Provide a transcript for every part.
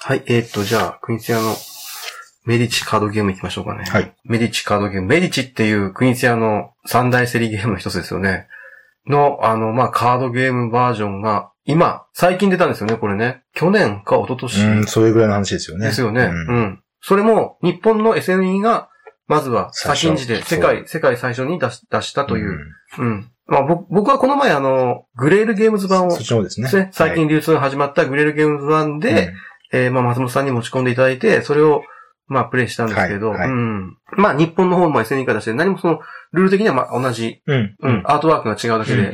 はい、じゃあ、クイニツィアのメディチカードゲーム行きましょうかね。 はい。 メディチカードゲーム。メディチっていうクイニツィアの三大セリゲームの一つですよね。の、カードゲームバージョンが、今、最近出たんですよね、これね。去年か一昨年。 それぐらいの話ですよね。 ですよね。それも、日本の SNE が、まずは先んじて、世界最初に出したという。僕はこの前グレールゲームズ版を、 そっちのですね。 最近流通が始まったグレールゲームズ版で、松本さんに持ち込んでいただいて、それを、プレイしたんですけど、日本の方も SNE から出して、何もその、ルール的には同じ、アートワークが違うだけで、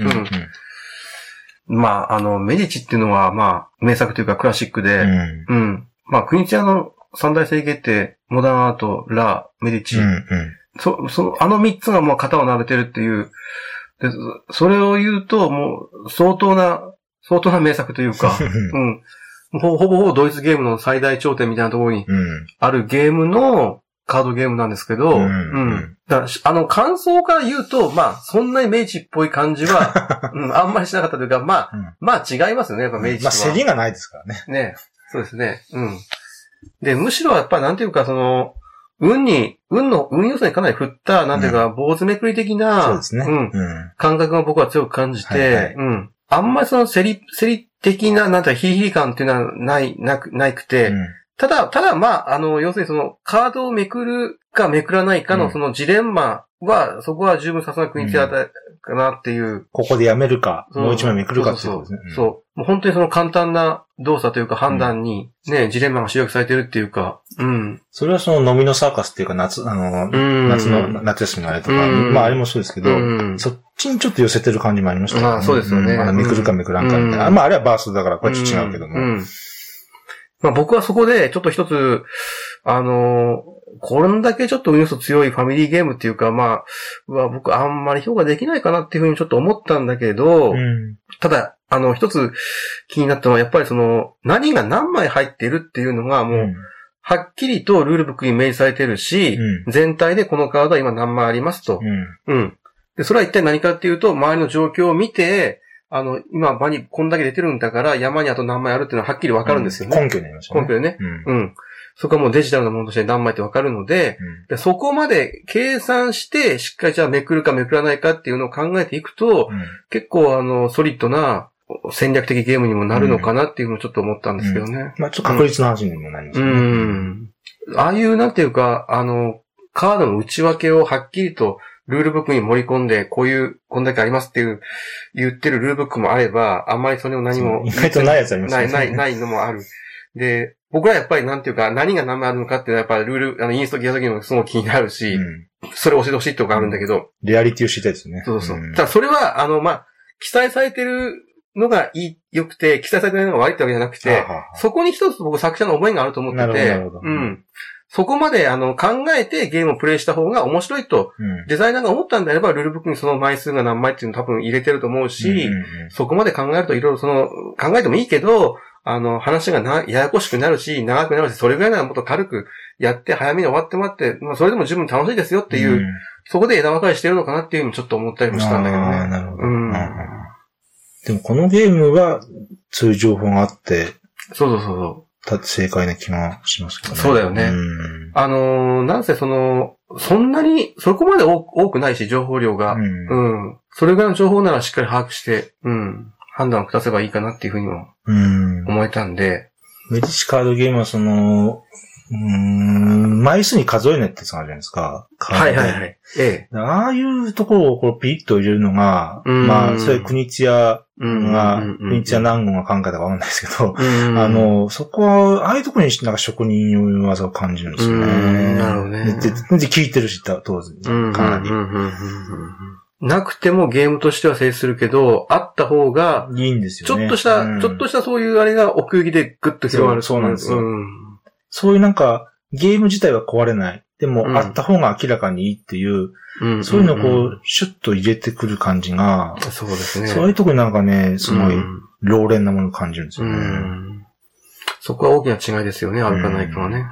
メディチっていうのは、名作というかクラシックで、クイニツィアの三大セリゲーって、モダンアート、ラー、メディチ。三つがもう型を並べてるっていう。で、それを言うと、もう、相当な名作というか、ほぼドイツゲームの最大頂点みたいなところに、あるゲームのカードゲームなんですけど、だから感想から言うと、そんなにメディチっぽい感じは、あんまりしなかったというか、違いますよね、やっぱメディチは。 競りがないですからね。 ね。そうですね。で、むしろやっぱなんていうか、運要素にかなり振った、なんていうか、坊主めくり的な、 そうですね。 感覚が僕は強く感じて、あんまり競り的な、なんていうか、ヒリヒリ感っていうのはなくて、ただ、要するにカードをめくるかめくらないかのそのジレンマは、そこは十分さすがクイニツィアかなっていう。 ここでやめるか、もう一枚めくるかっていうことですね。 そう。もう本当に簡単な動作というか判断にね、ジレンマが集約されてるっていうか、 それは飲みのサーカスっていうか夏休みのあれとか、あれもそうですけど、そっちにちょっと寄せてる感じもありましたね。 そうですよね。 めくるかめくらんかみたいな。あれはバーストだからこれちょっと違うけども。 僕はそこでちょっと一つ、これだけちょっと要素強いファミリーゲームっていうか、僕あんまり評価できないかなっていうふうにちょっと思ったんだけど、ただ、一つ気になったのは、やっぱり何が何枚入ってるっていうのがもう、はっきりとルールブックに明示されてるし、全体でこのカードは今何枚ありますと。で、それは一体何かっていうと、周りの状況を見て、今場にこんだけ出てるんだから、山にあと何枚あるっていうのははっきりわかるんですよね。 根拠になりましたね。 根拠でね。そこはもうデジタルなものとして何枚ってわかるので、そこまで計算して、しっかりじゃあめくるかめくらないかっていうのを考えていくと、結構ソリッドな戦略的ゲームにもなるのかなっていうのをちょっと思ったんですけどね。 ちょっと確率の話にもなりますね。 ああいうなんていうか、カードの内訳をはっきりとルールブックに盛り込んで、こんだけありますっていう、言ってるルールブックもあれば、あんまりそれを何も。 意外とないやつありますね。 ないのもある。で、僕らやっぱりなんていうか、何が何枚あるのかっていうのはやっぱりルール、インストギア時のすごく気になるし、それ教えてほしいとかあるんだけど。 リアリティを知りたいですね。 そう。ただそれは、記載されてるのが良くて、記載されてないのが悪いってわけじゃなくて、そこに一つ僕作者の思いがあると思ってて、そこまで考えてゲームをプレイした方が面白いと、デザイナーが思ったんであれば、ルールブックにその枚数が何枚っていうのを多分入れてると思うし、そこまで考えるといろいろ考えてもいいけど、話がややこしくなるし、長くなるし、それぐらいならもっと軽くやって、早めに終わってもらって、それでも十分楽しいですよっていう、そこで枝分かれしてるのかなっていうふうにちょっと思ったりもしたんだけどね。 なるほど。でもこのゲームは、そういう情報があって、正解な気がしますけどね。 そうだよね。なんせそんなに、そこまで多くないし、情報量が。それぐらいの情報ならしっかり把握して、判断を下せばいいかなっていうふうにも思えたんで。 メディチカードゲームは枚数に数えないってやつがあるじゃないですか。 はい。 ああいうところをピリッと入れるのが、それクニツィア何号が考えたかわかんないですけど、そこは、ああいうところになんか職人技を感じるんですよね。 なるほどね。 で、聞いてるし、当然、かなり。 なくてもゲームとしては成立するけど、あった方が、 いいんですよね。 ちょっとしたそういうあれが奥行きでグッと広がる。 そうなんですよ。そういうなんか、ゲーム自体は壊れない。でも、あった方が明らかにいいっていう、そういうのをこう、シュッと入れてくる感じが、 そうですね。 そういうとこになんかね、すごい、老練なものを感じるんですよね。 そこは大きな違いですよね、あるかないかはね。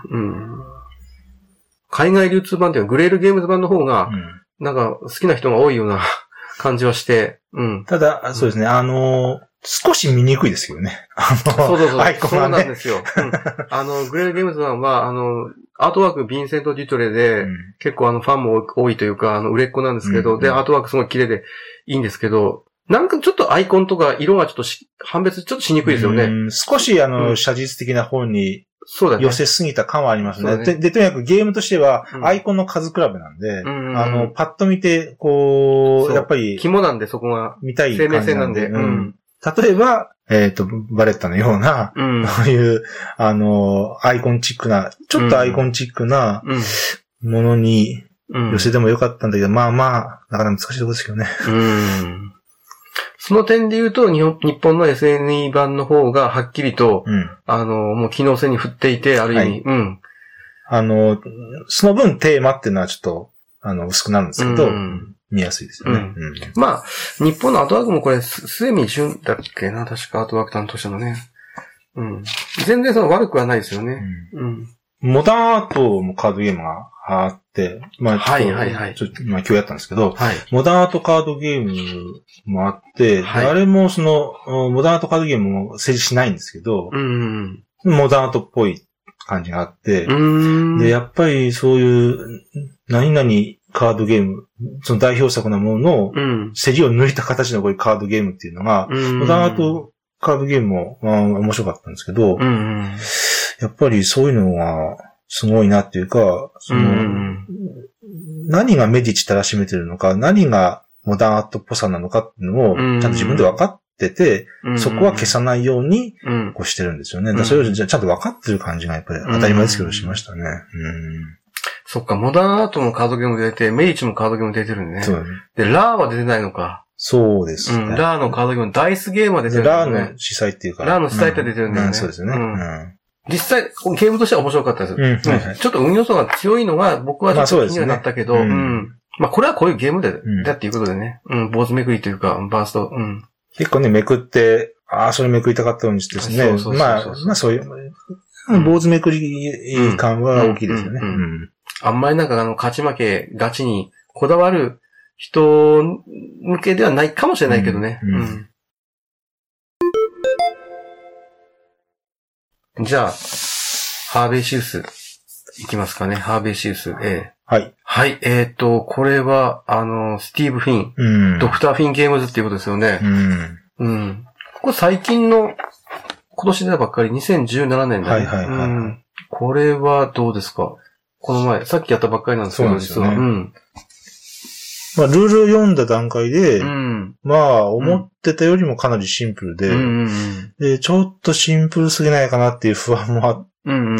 海外流通版っていうのはグレールゲームズ版の方が、なんか好きな人が多いような感じはして、 ただ、そうですね、少し見にくいですよね。 そう。 アイコンがね。 そうなんですよ。グレールゲームズさんは、アートワーク、ヴィンセント・デュトレで、結構ファンも多いというか、売れっ子なんですけど、で、アートワークすごい綺麗でいいんですけど、なんかちょっとアイコンとか色がちょっと判別ちょっとしにくいですよね。 少し写実的な方に寄せすぎた感はありますね。で、とにかくゲームとしては、アイコンの数比べなんで、パッと見て、やっぱり、 肝なんでそこが、 見たい感じなんで、例えば、バレッタのような、こういう、アイコンチックな、ちょっとアイコンチックなものに寄せてもよかったんだけど、まあまあ、なかなか難しいところですけどね。 その点で言うと、日本の SNE 版の方がはっきりと、もう機能性に振っていて、ある意味、 その分テーマっていうのはちょっと、薄くなるんですけど、見やすいですよね。 まあ、日本のアートワークもこれ、末見淳だっけな、確かアートワーク担当者のね。全然悪くはないですよね。 モダンアートもカードゲームがあって、まあ、ちょっと今日やったんですけど、モダンアートカードゲームもあって、あれもモダンアートカードゲームも成立しないんですけど、モダンアートっぽい感じがあって、で、やっぱりそういう、何々カードゲーム、その代表作なものの、競りを抜いた形のこういうカードゲームっていうのが、モダンアートカードゲームも、面白かったんですけど、やっぱりそういうのがすごいなっていうか、何がメディチたらしめてるのか、何がモダンアートっぽさなのかっていうのを、ちゃんと自分で分かってて、そこは消さないように、こうしてるんですよね。それをちゃんと分かってる感じがやっぱり当たり前ですけどしましたね。 そっか、モダンアートもカードゲーム出て、メディチもカードゲーム出てるんでね。で、ラーは出てないのか。 そうですね。 ラーのカードゲーム、ダイスゲームは出てるんですね。ラーの主催っていうか。 ラーの主催って出てるんだよね。 そうですね。 実際、ゲームとしては面白かったです。ちょっと運要素が強いのが、僕はちょっと気にはなったけど、まあ、これはこういうゲームで、だっていうことでね。坊主めくりというか、バースト。 結構ね、めくって、それめくりたかったようにしてですね。まあ、そういう、坊主めくり感は大きいですよね。 あんまりなんか勝ち負けガチにこだわる人向けではないかもしれないけどね。じゃあ、ハーベイシウス、いきますかね。ハーベイシウス、 はい。 はい、これは、スティーブ・フィン、ドクター・フィン・ゲームズっていうことですよね。ここ最近の、今年出たばっかり、2017年だね。これはどうですか？この前、さっきやったばっかりなんですけど、実は。 まあ、ルールを読んだ段階で、まあ、思ってたよりもかなりシンプルで、で、ちょっとシンプルすぎないかなっていう不安もあって、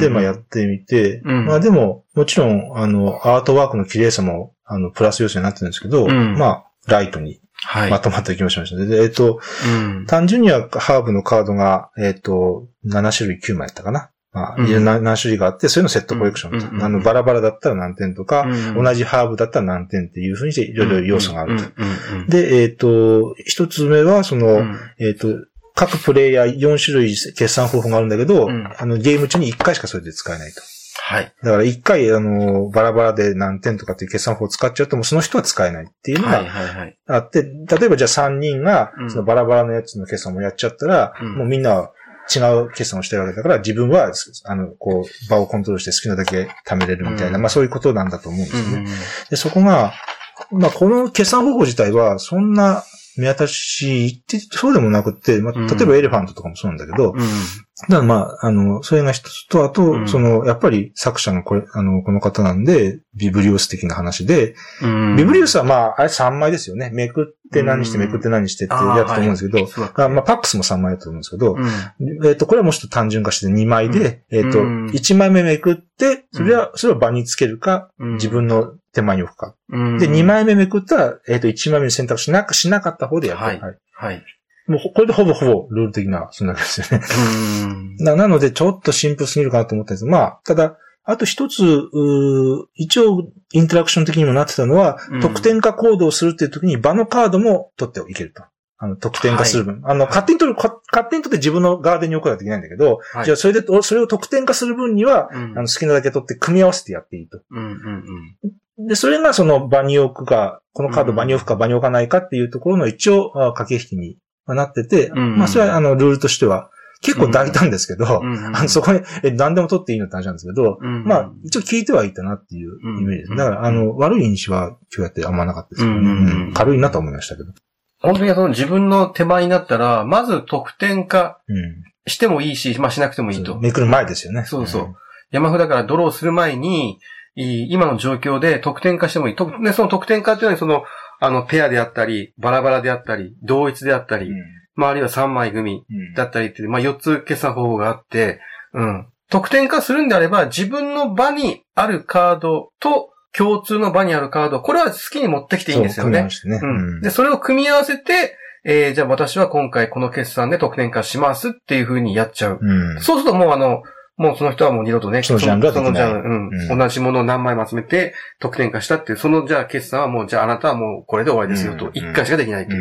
まあ、やってみて、まあ、でも、もちろん、アートワークの綺麗さも、プラス要素になってるんですけど、まあ、ライトにまとまった気もしましたね。で、単純にはハーブのカードが、7種類9枚やったかな。まあ、何種類があって、そういうのセットコレクション。バラバラだったら何点とか、同じハーブだったら何点っていうふうにしていろいろ要素があると。で、一つ目は、各プレイヤー4種類決算方法があるんだけど、ゲーム中に1回しかそれで使えないと。 はい。 だから1回、バラバラで何点とかっていう決算法を使っちゃうと、もうその人は使えないっていうのがあって、例えばじゃあ3人が、そのバラバラのやつの決算もやっちゃったら、もうみんな違う決算をしてるわけだから、自分は、こう、場をコントロールして好きなだけ貯めれるみたいな、まあそういうことなんだと思うんですよね。で、そこが、まあこの決算方法自体は、そんな目新しいってそうでもなくて、まあ、例えばエレファントとかもそうなんだけど、だからまあ、それが一つと、あと、やっぱり作者がこの方なんで、ビブリオス的な話で、ビブリオスはまあ、あれ3枚ですよね。めくって何してめくって何してってやつと思うんですけど、まあ、パックスも3枚だと思うんですけど、これはもうちょっと単純化して2枚で、1枚目めくって、それを場につけるか、自分の手前に置くか。で、2枚目めくったら、1枚目に選択しなかった方でやる。はい。もう、これでほぼルール的な、そんな感じですよね。なので、ちょっとシンプルすぎるかなと思ったんです。まあ、ただ、あと一つ、一応、インタラクション的にもなってたのは、得点化行動をするっていう時に場のカードも取っていけると。 得点化する分。勝手に取って自分のガーデンに置くわけできないんだけど、じゃあそれを得点化する分には、好きなだけ取って組み合わせてやっていいと。で、それがその場に置くか、このカード場に置くか場に置かないかっていうところの一応、駆け引きになってて、まあそれはルールとしては、結構大胆ですけど、そこに、何でも取っていいのって話なんですけど、まあ、一応聞いてはいたなっていうイメージです。だから、悪い印象は今日やってあんまなかったですよね。軽いなと思いましたけど。 本当にその自分の手前になったら、まず得点化してもいいし、まあしなくてもいいと。 めくる前ですよね。 そうそう。山札からドローする前に、今の状況で得点化してもいい。で、その得点化っていうのは、ペアであったり、バラバラであったり、同一であったり、まあ、あるいは3枚組だったりって、まあ、4つ決算方法があって、得点化するんであれば、自分の場にあるカードと、共通の場にあるカード、これは好きに持ってきていいんですよね。で、それを組み合わせて、じゃあ私は今回この決算で得点化しますっていう風にやっちゃう。そうするともうもうその人はもう二度とね、 そのジャンルはできない。 同じものを何枚も集めて得点化したっていう、そのじゃあ決算はもう、じゃああなたはもうこれで終わりですよと、一回しかできないという。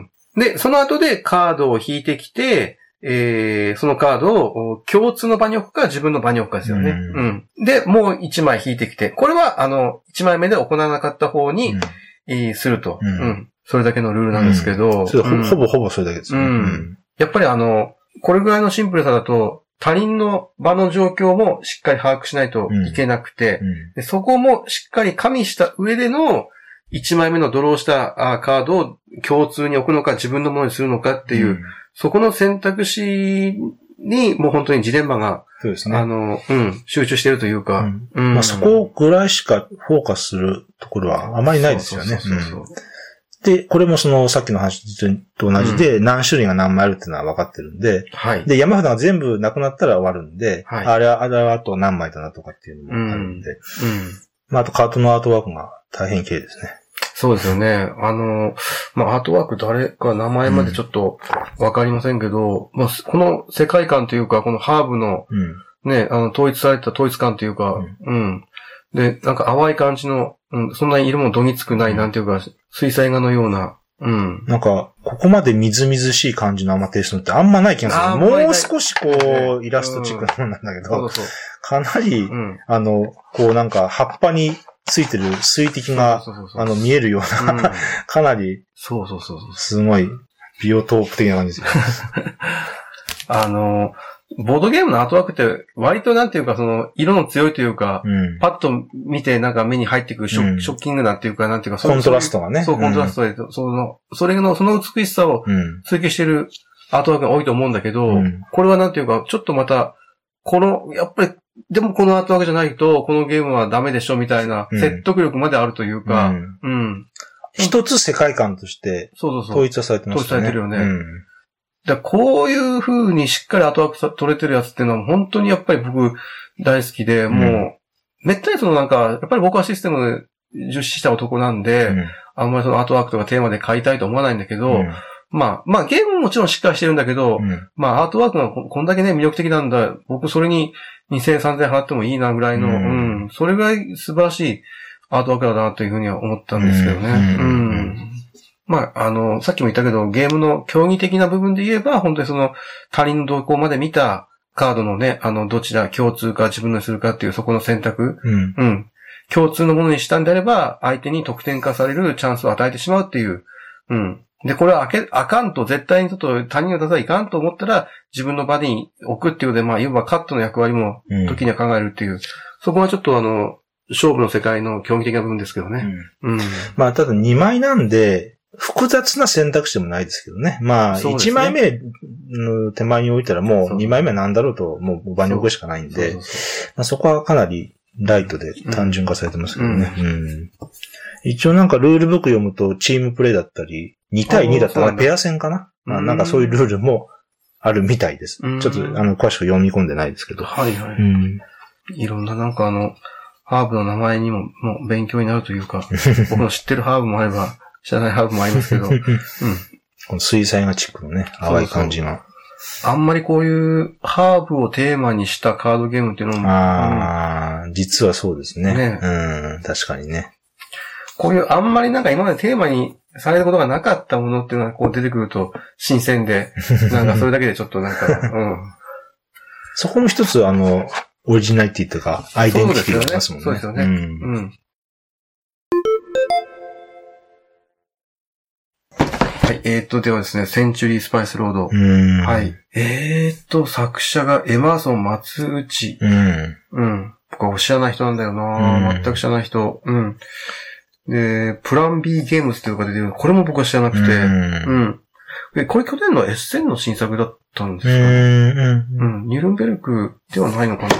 で、その後でカードを引いてきて、そのカードを共通の場に置くか自分の場に置くかですよね。で、もう一枚引いてきて、これは一枚目で行わなかった方に、すると。それだけのルールなんですけど。 ほぼそれだけですね。 やっぱりこれぐらいのシンプルさだと、他人の場の状況もしっかり把握しないといけなくて、でそこもしっかり加味した上での1枚目のドローしたカードを共通に置くのか自分のものにするのかっていう、そこの選択肢にもう本当にジレンマが、 そうですね。 集中しているというか、 まあそこぐらいしかフォーカスするところはあまりないですよね。で、これもさっきの話と同じで、何種類が何枚あるっていうのは分かってるんで、で、山札が全部なくなったら終わるんで、あれはあと何枚だなとかっていうのもあるんで、まああとカートのアートワークが大変綺麗ですね。 そうですよね。まあ、アートワーク誰か名前までちょっとわかりませんけど、まあ、この世界観というか、このハーブの、ね、統一された統一感というか、で、なんか淡い感じの、そんなに色もどぎつくない、なんていうか、水彩画のような、 なんか、ここまでみずみずしい感じのアマテイストってあんまない気がする。もう少しイラストチックなもんなんだけど、かなり、なんか葉っぱについてる水滴が、見えるような、かなり、すごい、ビオトープ的な感じですよ。 ボードゲームのアートワークって割となんていうか色の強いというか、パッと見てなんか目に入ってくるショッキングなっていうかなんていうか、 コントラストがね。 そう、コントラストで、その美しさを追求しているアートワークが多いと思うんだけど、これはなんていうか、ちょっとまた、やっぱり、でもこのアートワークじゃないと、このゲームはダメでしょみたいな説得力まであるというか、 一つ世界観として統一はされてますね。 統一されてるよね。こういう風にしっかりアートワーク取れてるやつっていうのは本当にやっぱり僕大好きで、もう、めったになんか、やっぱり僕はシステム重視した男なんで、あんまりアートワークとかテーマで買いたいと思わないんだけど、まあゲームももちろんしっかりしてるんだけど、まあアートワークがこんだけね魅力的なんだ、僕それに2000円3000円払ってもいいなぐらいの、それぐらい素晴らしいアートワークだなというふうには思ったんですけどね。まあ、さっきも言ったけど、ゲームの競技的な部分で言えば、本当に他人の動向まで見たカードのね、どちら共通か自分のにするかっていうそこの選択、共通のものにしたんであれば、相手に得点化されるチャンスを与えてしまうっていう、で、これはあかんと、絶対にちょっと他人を出さないかんと思ったら、自分の場に置くっていうので、まあ、いわばカットの役割も時には考えるっていう、そこはちょっと勝負の世界の競技的な部分ですけどね。 まあ、ただ2枚なんで、複雑な選択肢でもないですけどね。まあ、1枚目の手前に置いたらもう2枚目は何だろうと、もう場に置くしかないんで、そこはかなりライトで単純化されてますけどね。一応なんかルールブック読むとチームプレイだったり、2対2だったらペア戦かな。なんかそういうルールもあるみたいです。ちょっと詳しく読み込んでないですけど。 いろんななんかハーブの名前にも勉強になるというか、僕の知ってるハーブもあれば、知らないハーブもありますけど。 この水彩画チックのね、淡い感じが。 あんまりこういうハーブをテーマにしたカードゲームっていうのも。 実はそうですね。確かにね。 こういうあんまりなんか今までテーマにされることがなかったものっていうのがこう出てくると新鮮で、なんかそれだけでちょっとなんか、 そこも一つオリジナリティというか、アイデンティティがありますもんね。 そうですよね。はい、ではですね、センチュリースパイスロード。はい。作者がエマーソン松内。僕は知らない人なんだよな、全く知らない人。で、プラン B ゲームズっていうのが出てる。これも僕は知らなくて。で、これ去年のエッセンの新作だったんですよね。ニュルンベルクではないのかな。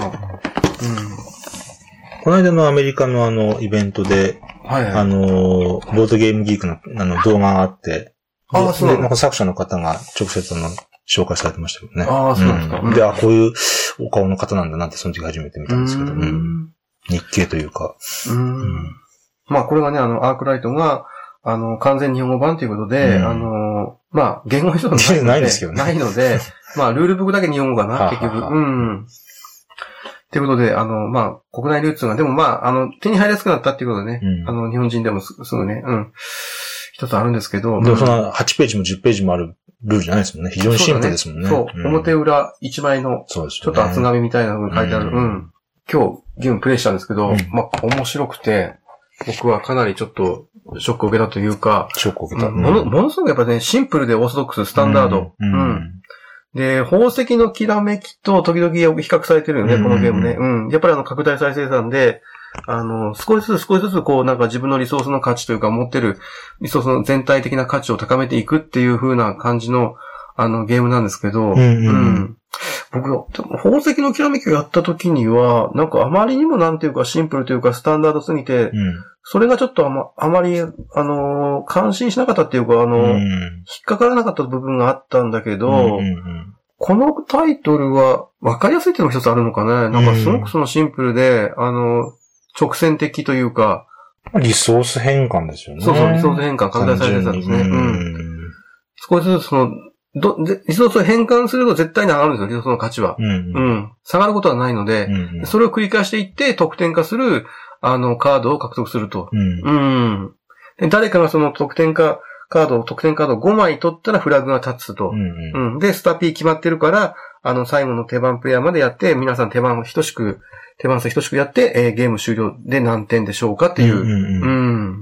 この間のアメリカのイベントで、ボードゲームギークの動画があって、そうなんか作者の方が直接紹介されてましたけどね。 そうなんですか。 で、こういうお顔の方なんだなってその時初めて見たんですけど、日系というか。 まあこれがね、アークライトが、完全日本語版ということで、まあ、言語書がないですけどね。 ないので、まあ、ルールブックだけ日本語かな、結局。ということで、まあ、国内流通が、でもまあ、手に入りやすくなったっていうことでね、日本人でもすぐね、一つあるんですけど。 でもその8ページも10ページもあるルールじゃないですもんね。非常にシンプルですもんね。 そう、表裏1枚の、ちょっと厚紙みたいなのが書いてある。今日、ゲームプレイしたんですけど、まあ、面白くて、僕はかなりちょっと、ショックを受けたというか、 ショックを受けた。 ものすごくやっぱね、シンプルでオーソドックス、スタンダード。で、宝石のきらめきと時々比較されてるよね、このゲームね。やっぱり拡大再生産で、少しずつこうなんか自分のリソースの価値というか持ってるリソースの全体的な価値を高めていくっていう風な感じの、ゲームなんですけど、僕、宝石のきらめきをやった時には、なんかあまりにもなんていうかシンプルというかスタンダードすぎて、それがちょっとあまり、感心しなかったっていうか、引っかからなかった部分があったんだけど、このタイトルは分かりやすいっていうのも一つあるのかね。なんかすごくそのシンプルで、直線的というか。 リソース変換ですよね。 そうそう、リソース変換、拡大再生産ですね。少しずつリソースを変換すると絶対に上がるんですよ、リソースの価値は。下がることはないので、それを繰り返していって得点化する、カードを獲得すると。で誰かがその得点カードを5枚取ったらフラグが立つと。で、スタピー決まってるから、最後の手番プレイヤーまでやって、皆さん手番数等しくやって、ゲーム終了で何点でしょうかっていう。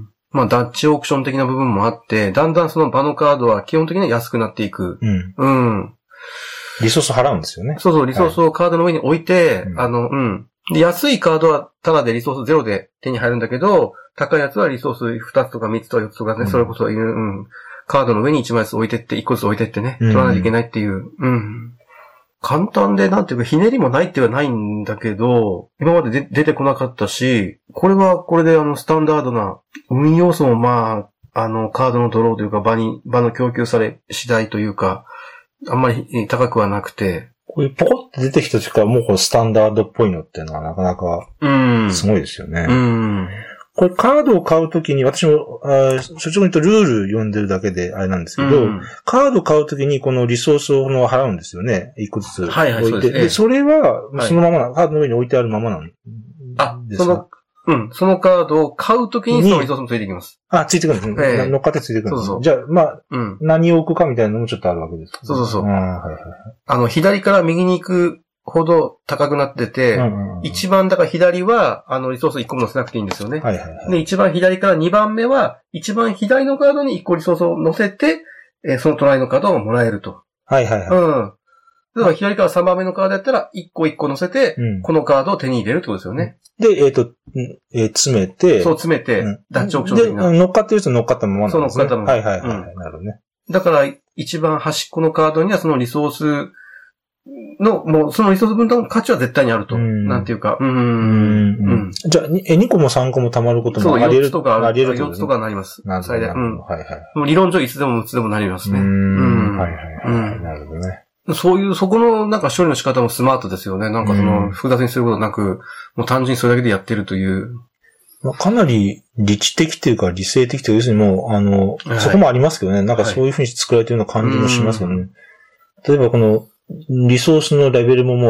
まあ、ダッチオークション的な部分もあって、だんだんその場のカードは基本的には安くなっていく。 リソース払うんですよね。 そうそう、リソースをカードの上に置いて、で、安いカードはただでリソース0で手に入るんだけど、高いやつはリソース2つとか3つとか4つとかね、それこそカードの上に1枚ずつ置いてって、1個ずつ置いてってね、取らないといけないっていう。簡単で、なんていうか、ひねりもないってはないんだけど、今まで出てこなかったし、これはこれでスタンダードな、運要素もまあ、カードのドローというか、場の供給され次第というか、あんまり高くはなくて。 こういうポコって出てきた時からもうこうスタンダードっぽいのっていうのはなかなか、すごいですよね。これカードを買うときに、私も、率直に言うとルール読んでるだけであれなんですけど、カード買うときにこのリソースを払うんですよね。一個ずつ置いて。で、それは、そのままカードの上に置いてあるままなんですか？ そのカードを買うときにそのリソースもついてきます。 ついてくるんですね。乗っかってついてくるんです。じゃあ、まあ、何を置くかみたいなのもちょっとあるわけです。 そう。左から右に行くほど高くなってて、一番だから左は、リソース1個も載せなくていいんですよね。で、一番左から2番目は、一番左のカードに1個リソースを載せて、その隣のカードをもらえると。だから左から3番目のカードやったら、1個載せて、このカードを手に入れるってことですよね。 で、詰めて。 そう、詰めて、ダッチオークション的な。 で、乗っかってると乗っかったままなんですね。 そう、乗っかったまま。 なるほどね。 だから、一番端っこのカードにはそのリソースの、もうそのリソース分の価値は絶対にあると。なんていうか。 じゃあ、2個も3個も貯まることもあり得る。 そう、4つとかなります。最大。理論上いつでも6つでもなりますね。なるほどね。 そこのなんか処理の仕方もスマートですよね。なんか複雑にすることなく、もう単純にそれだけでやってるという。 かなり理知的というか理性的というか、要するにもう、そこもありますけどね。なんかそういうふうに作られてるような感じもしますよね。例えばこの、リソースのレベルもも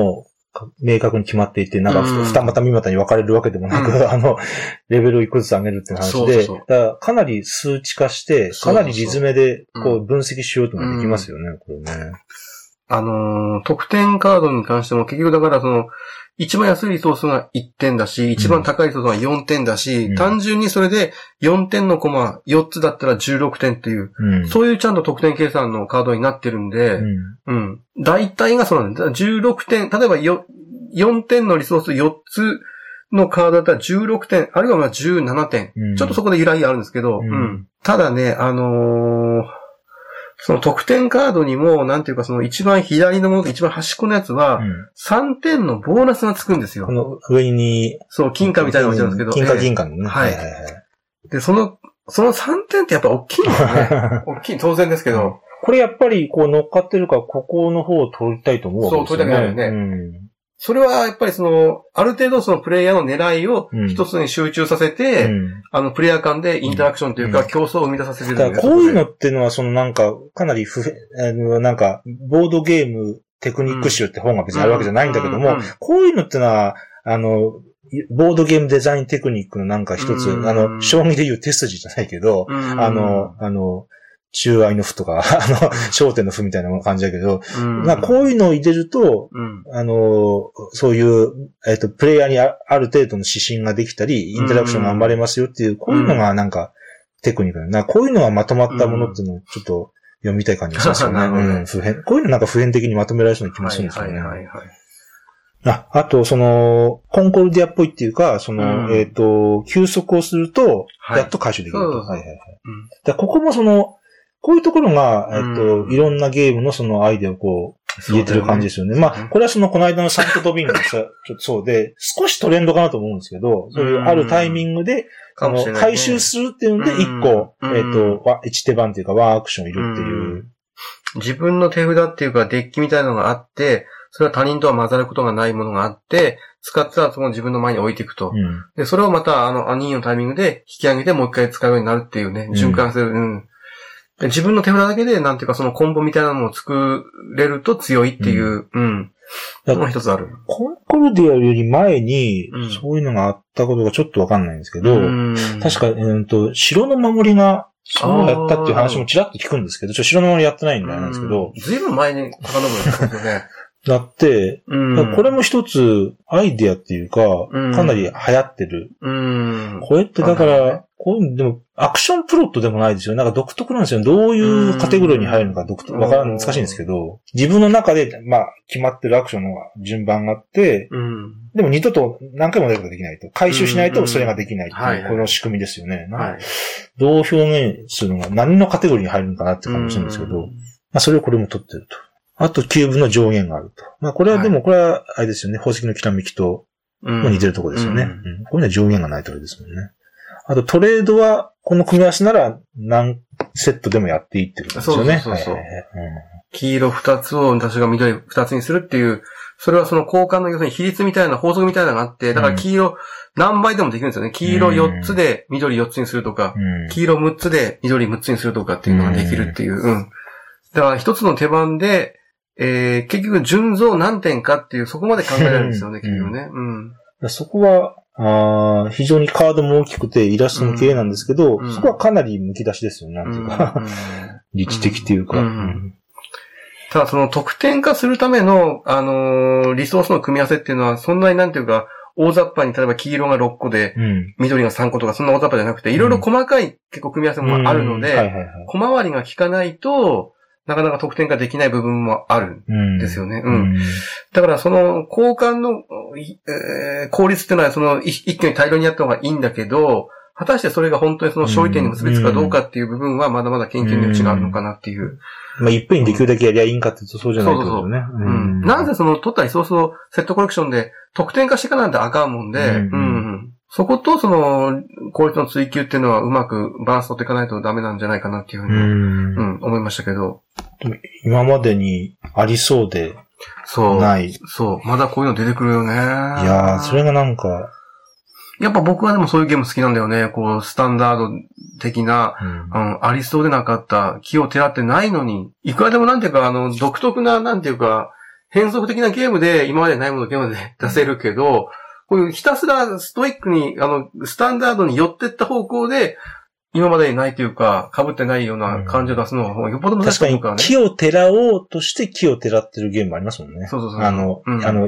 明確に決まっていて、なんか二股三股に分かれるわけでもなく、レベルを一個ずつ上げるっていう話で、だからかなり数値化して、かなりリズムでこう分析しようともできますよね、これね。 得点カードに関しても結局だから一番安いリソースが1点だし、一番高いリソースが4点だし、単純にそれで4点のコマ4つだったら16点っていう、そういうちゃんと得点計算のカードになってるんで、大体がそうなんだ。16点、例えば4点のリソース4つのカードだったら16点、あるいは17点。ちょっとそこで揺らぎあるんですけど、ただね、その得点カードにも、なんていうかその一番左のものと一番端っこのやつは、3点のボーナスがつくんですよ。 この上に。 そう、金貨みたいなのが置いてあるんですけど。金貨のね。 はい。で、その3点ってやっぱ大きいんですね。大きい、当然ですけど。 これやっぱりこう乗っかってるから、ここの方を取りたいと思うわけですよね。 そう、取りたくなるよね。それはやっぱりある程度そのプレイヤーの狙いを一つに集中させて、プレイヤー間でインタラクションというか競争を生み出させてるんですよ。こういうのっていうのはなんか、かなりなんか、ボードゲームテクニック集って本が別にあるわけじゃないんだけども、こういうのってのは、ボードゲームデザインテクニックのなんか一つ、将棋でいう手筋じゃないけど、中愛の歩とか、焦点の歩みたいな感じだけど、こういうのを入れると、そういう、プレイヤーにある程度の指針ができたり、インタラクションが生まれますよっていう、こういうのがなんか、テクニックだな。こういうのがまとまったものっていうのをちょっと読みたい感じがしますよね。こういうのなんか普遍的にまとめられそうな気もするんですよね。あと、コンコルディアっぽいっていうか、休息をすると、やっと回収できると。ここもこういうところが、いろんなゲームのアイデアをこう、入れてる感じですよね。これはこの間のサントドビングがちょっとそうで、少しトレンドかなと思うんですけど、そういうあるタイミングで、回収するっていうので、一個、一手番っていうか、ワンアクションいるっていう。 自分の手札っていうか、デッキみたいなのがあって、それは他人とは混ざることがないものがあって、使ったらその自分の前に置いていくと。で、それをまた、任意のタイミングで引き上げてもう一回使うようになるっていうね、循環する。自分の手札だけで、なんていうかそのコンボみたいなのを作れると強いっていう、のが一つある。 コンコルディアより前に、そういうのがあったことがちょっとわかんないんですけど、確か、城の守りが、そうやったっていう話もちらっと聞くんですけど、城の守りやってないんだなんですけど。 ずいぶん前に遡るんですよね。 だって、これも一つアイディアっていうか、かなり流行ってる。これってだから、でも、アクションプロットでもないですよ。なんか独特なんですよ。どういうカテゴリーに入るのか難しいんですけど、自分の中で、決まってるアクションの順番があって、でも二度と何回もやることができないと。回収しないとそれができないっていう、この仕組みですよね。どう表現するのが、何のカテゴリーに入るのかなって感じするんですけど、それをこれも取ってると。あと、キューブの上限があると。これはでも、これは、あれですよね。宝石のきらめきと、似てるところですよね。これは上限がないとあれですもんね。あと、トレードは、この組み合わせなら、何セットでもやっていいってことですよね。 そう。黄色2つを、私が緑2つにするっていう、それはその交換の要するに比率みたいな、法則みたいなのがあって、だから黄色何倍でもできるんですよね。黄色4つで緑4つにするとか、黄色6つで緑6つにするとかっていうのができるっていう。だから一つの手番で、結局順増何点かっていう、そこまで考えられるんですよね、結局ね。 そこは、非常にカードも大きくてイラストも綺麗なんですけど、そこはかなり剥き出しですよね、なんていうか。理知的っていうか。 ただその得点化するための、リソースの組み合わせっていうのは、そんなになんていうか、大雑把に例えば黄色が6個で、緑が3個とか、そんな大雑把じゃなくて、いろいろ細かい結構組み合わせもあるので、小回りが効かないと、なかなか得点化できない部分もあるんですよね。だからその交換の、効率っていうのはその一挙に大量にやった方がいいんだけど、果たしてそれが本当にその勝利点に結びつくかどうかっていう部分はまだまだ研究の余地があるのかなっていう。 いっぺんにできるだけやりゃいいんかって言うとそうじゃないってことね。 なぜその取ったリソースをセットコレクションで得点化していかなんてあかんもんで、そことその効率の追求っていうのはうまくバランス取っていかないとダメなんじゃないかなっていうふうに、思いましたけど。 今までにありそうでない。 そう。まだこういうの出てくるよね。いやー、それがなんか。 やっぱ僕はでもそういうゲーム好きなんだよね。こう、スタンダード的な、ありそうでなかった、気をてらってないのに、いくらでもなんていうか、独特な、なんていうか、 変則的なゲームで今までないものをゲームで出せるけど、こういうひたすらストイックに、スタンダードに寄ってった方向で、今までにないというか、被ってないような感じを出すのは、よっぽど難しいと思うからね。 確かに、木をてらおうとして木をてらってるゲームありますもんね。 そうそうそう。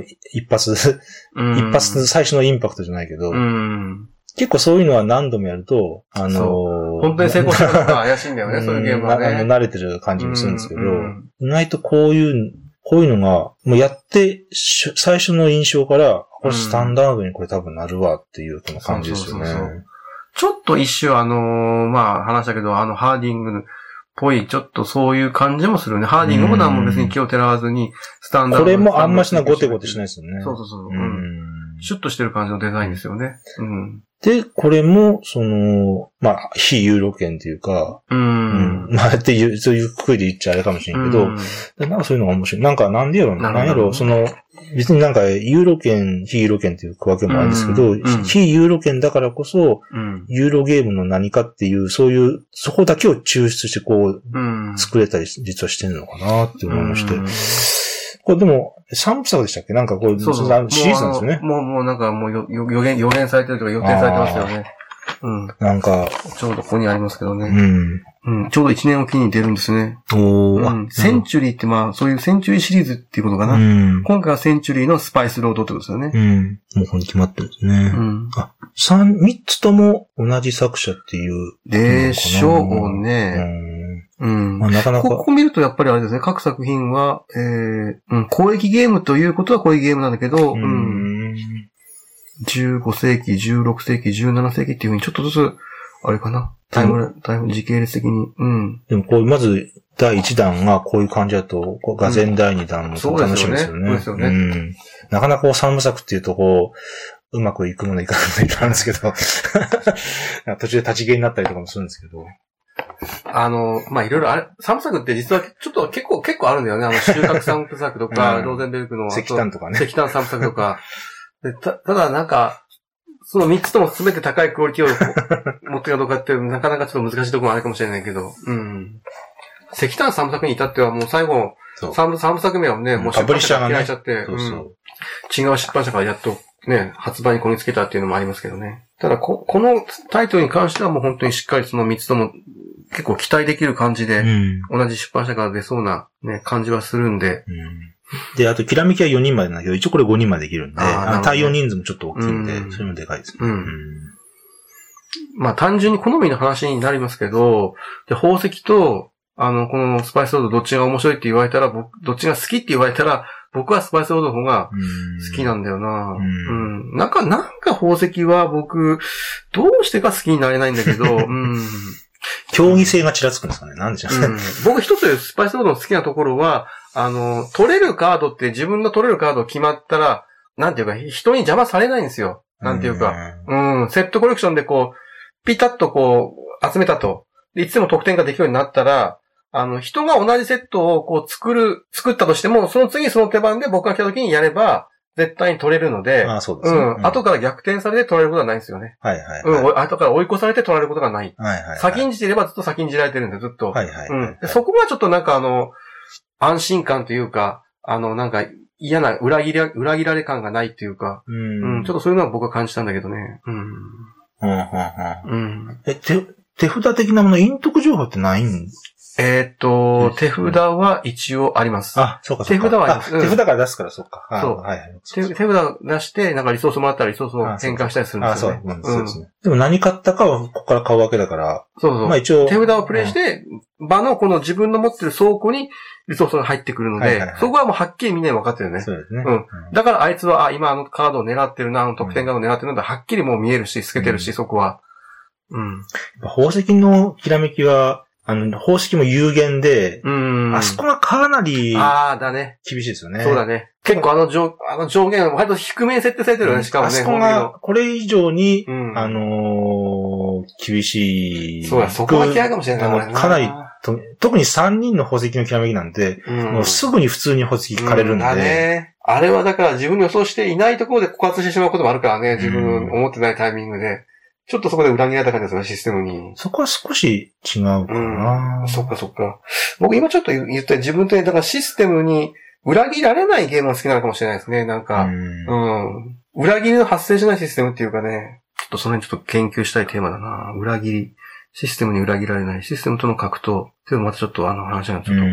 一発最初のインパクトじゃないけど、結構そういうのは何度もやると、 本当に成功したのか怪しいんだよね、そういうゲームはね。 慣れてる感じもするんですけど、意外とこういうのが、もうやって、最初の印象から、これスタンダードにこれ多分なるわっていうこの感じですよね。そうちょっと一瞬話したけど、ハーディングっぽい、ちょっとそういう感じもするね。ハーディングも何も別に気をてらわずに、スタンダード。 これもあんましなゴテゴテしないですよね。 そう。シュッとしてる感じのデザインですよね。 で、これも、非ユーロ圏というか、っていう、そういうくくりで言っちゃあれかもしれんけど、なんかそういうのが面白い。なんでやろうなんやろ別になんか、ユーロ圏、非ユーロ圏っていう区分けもあるんですけど、非ユーロ圏だからこそ、ユーロゲームの何かっていう、そこだけを抽出して作れたり、実はしてるのかなって思いまして。これでも、3部作でしたっけなんかシリーズなんですよね。 もうなんか予言されてるとか予定されてますよね。 なんか、 ちょうどここにありますけどね。ちょうど1年おきに出るんですね。センチュリーってそういうセンチュリーシリーズっていうことかな。今回はセンチュリーのスパイスロードってことですよね。 もうこれ決まってるんですね。3つとも同じ作者っていう。 でしょうね。 なかなか。 ここ見るとやっぱりあれですね、各作品は、交易ゲームということは交易ゲームなんだけど、15世紀、16世紀、17世紀っていうふうにちょっとずつ、あれかな、タイム時系列的に。 でもまず、第1弾がこういう感じだと、がぜ第2弾も楽しみですよね。そうですよね。なかなか3部作っていうとうまくいくものいかないものいかんですけど、途中で立ち消えになったりとかもするんですけど。 いろいろ3部作って実はちょっと結構あるんだよね。収穫3部作とか、ローゼンベルクの石炭とかね。 石炭3部作とか。ただなんか、その3つとも全て高いクオリティを持ってるかどうかってなかなかちょっと難しいところもあるかもしれないけど、石炭3部作に至ってはもう最後、3部作目はね、もう出版社が嫌いしちゃって、違う出版社からやっとね、発売にこぎつけたっていうのもありますけどね。ただこのタイトルに関してはもう本当にしっかりその3つとも結構期待できる感じで、同じ出版社から出そうなね、感じはするんで、 で、あと、きらめきは4人までなんだけど、一応これ5人までできるんで、対応人数もちょっと大きいんで、それもでかいですね。 単純に好みの話になりますけど、で、宝石と、このスパイスロードどっちが面白いって言われたら、どっちが好きって言われたら、僕はスパイスロードの方が好きなんだよな。なんか宝石は僕、どうしてか好きになれないんだけど、 競技性がちらつくんですかね。なんでしょうね。 僕一つスパイスロードの好きなところは、取れるカードって自分の取れるカード決まったら、なんていうか、人に邪魔されないんですよ。なんていうか、セットコレクションでピタッと集めたと。いつでも得点ができるようになったら、人が同じセットを作ったとしても、その次その手番で僕が来た時にやれば、絶対に取れるので、 そうですね。 後から逆転されて取られることはないんですよね。後から追い越されて取られることがない。先んじていればずっと先んじられてるんで、ずっと。そこがちょっとなんか安心感というか、なんか嫌な裏切られ感がないというか、ちょっとそういうのは僕は感じたんだけどね。 手札的なもの、陰徳情報ってないん手札は一応あります。 そうか。 手札はあります。 手札から出すから、そうか。 手札出して、なんかリソースもらったらリソースを変換したりするんですよね。 そうですね。でも何買ったかはここから買うわけだから。 一応。手札をプレイして、場のこの自分の持ってる倉庫にリソースが入ってくるので、そこはもうはっきりみんなに分かってるよね。 そうですね。 だからあいつは、今カードを狙ってるな、得点カードを狙ってるんだ、はっきりもう見えるし、透けてるし、そこは。 宝石のきらめきは、方式も有限で、あそこがかなり、厳しいですよね。 そうだね。結構上限、割と低めに設定されてるよね、しかもね。 あそこが、これ以上に、厳しい。 そうだ、そこが嫌いかもしれない。 かなり、特に3人の宝石のきらめきなんて、もうすぐに普通に宝石聞かれるんで。 あれはだから自分の予想していないところで枯渇してしまうこともあるからね、自分の思ってないタイミングで。ちょっとそこで裏切られた感じですね、システムに。 そこは少し違うかな。 そっか。僕今ちょっと言った自分とね、だからシステムに裏切られないゲームが好きなのかもしれないですね。なんか、裏切りの発生しないシステムっていうかね、ちょっとその辺ちょっと研究したいテーマだな。裏切り。システムに裏切られない。システムとの格闘。でもまたちょっと話がちょっと、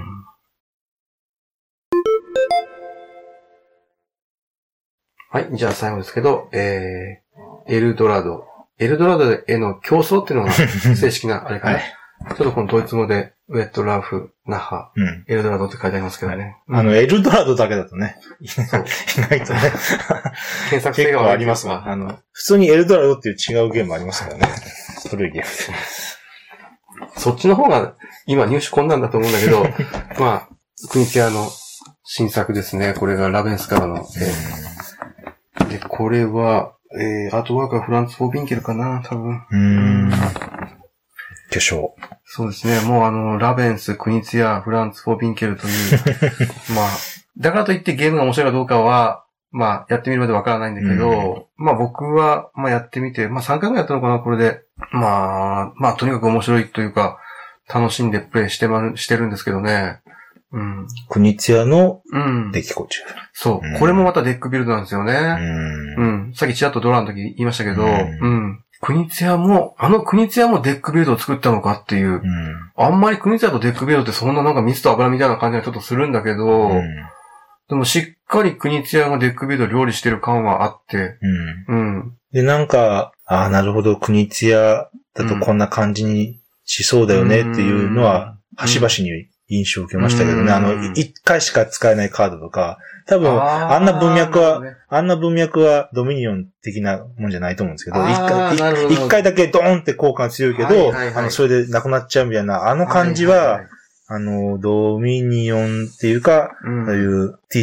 はい。じゃあ最後ですけど、エルドラドへの競争っていうのが正式なあれかな。はい、ちょっとこのドイツ語で、ウェットラーフ、ナハ、エルドラドって書いてありますけどね。 エルドラドだけだとね、意外とね、 検索性がありますが、普通にエルドラドっていう違うゲームありますからね。古いゲーム。 そっちの方が今入手困難だと思うんだけど、まあ、クニチアの新作ですね。これがラベンスからの。で、これは、アートワークはフランツ・フォー・ビンケルかな、多分。 巨匠。 そうですね。もうラベンス、クニツヤ、フランツ・フォー・ビンケルという、まあ、だからといってゲームが面白いかどうかは、まあ、やってみるまでわからないんだけど、まあ僕は、まあやってみて、まあ3回ぐらいやったのかな、これで。まあ、とにかく面白いというか、楽しんでプレイしてるんですけどね。 クニツヤのデッキ構築。 そう。これもまたデックビルドなんですよね。さっきちらっとドラの時言いましたけど、クニツヤもデックビルドを作ったのかっていう。あんまりクニツヤとデックビルドってそんななんか蜜と油みたいな感じがちょっとするんだけど、でもしっかりクニツヤがデックビルドを料理してる感はあって。 で、なんか、なるほど、クニツヤだとこんな感じにしそうだよねっていうのは、端々に印象を受けましたけどね。一回しか使えないカードとか、多分、あんな文脈はドミニオン的なもんじゃないと思うんですけど、一回だけドーンって効果が強いけど、それでなくなっちゃうみたいな、あの感じは、ドミニオンっていうか、そういう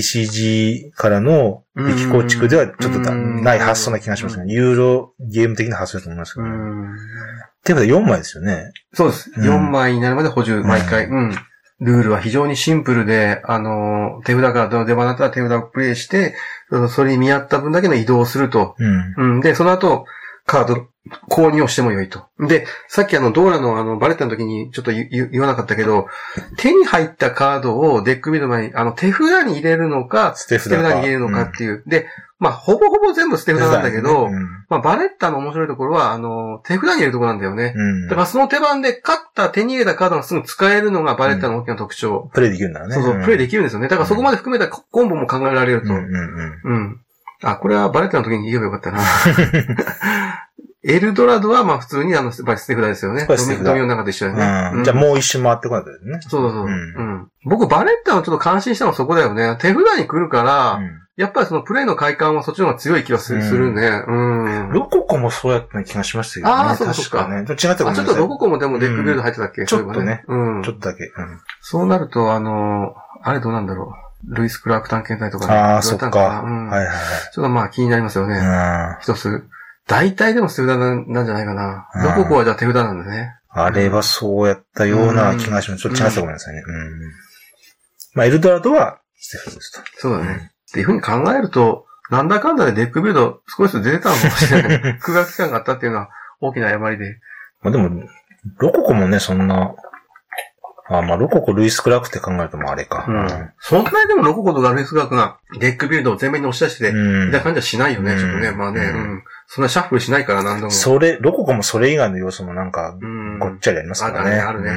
TCG からのデッキ構築ではちょっとない発想な気がしますね。ユーロゲーム的な発想だと思いますけどね。っていうことで4枚ですよね。 そうです。4枚になるまで補充、毎回。ルールは非常にシンプルで、手札から出番だったら手札をプレイして、それに見合った分だけの移動をすると。で、その後、カード購入をしても良いと。で、さっきドーラのバレッタの時にちょっと言わなかったけど、手に入ったカードをデックビルド前に、手札に入れるのか、捨て札に入れるのかっていう。で、まあ、ほぼほぼ全部捨て札なんだけど、まあ、バレッタの面白いところは、手札に入れるところなんだよね。だからその手番で勝った手に入れたカードがすぐ使えるのがバレッタの大きな特徴。 プレイできるんだね。 そう、プレイできるんですよね。だからそこまで含めたコンボも考えられると。これはバレッタの時に言えばよかったな。エルドラドはまあ普通にやっぱり捨て札ですよね。ドミニオンの中と一緒だね。 じゃあもう一周回ってこないとね。 そう。僕バレッタのちょっと感心したのはそこだよね。手札に来るから、やっぱりそのプレイの快感はそっちの方が強い気がするね。 ロココもそうやった気がしましたけどね。 そうかね。 違ったかもしれない。 ちょっとロココもでもデックビルド入ってたっけ？ ちょっとね。ちょっとだけ。 そうなると、あれどうなんだろう。ルイス・クラーク探検隊とかね。そっか。はい。 ちょっとまあ気になりますよね。一つ。大体でも捨て札なんじゃないかな。ロココはじゃあ手札なんだね。 あれはそうやったような気がします。ちょっと違ったかもしれないですね。まあ、エルドラドは捨て札ですと。 そうだね。っていうふうに考えると、なんだかんだでデックビルド少しずつ出てたのかもしれない。空白期間があったっていうのは大きな誤りで。 まあでも、ロココもね、そんな、まあ、ロココ、ルイス・クラークって考えるともあれか。 そんなにでもロココとかルイス・クラークがデックビルドを全面に押し出して、みたいな感じはしないよね、ちょっとね。まあね、そんなシャッフルしないから何度も。 ロココもそれ以外の要素もなんか、ごっちゃりありますからね。 あるね。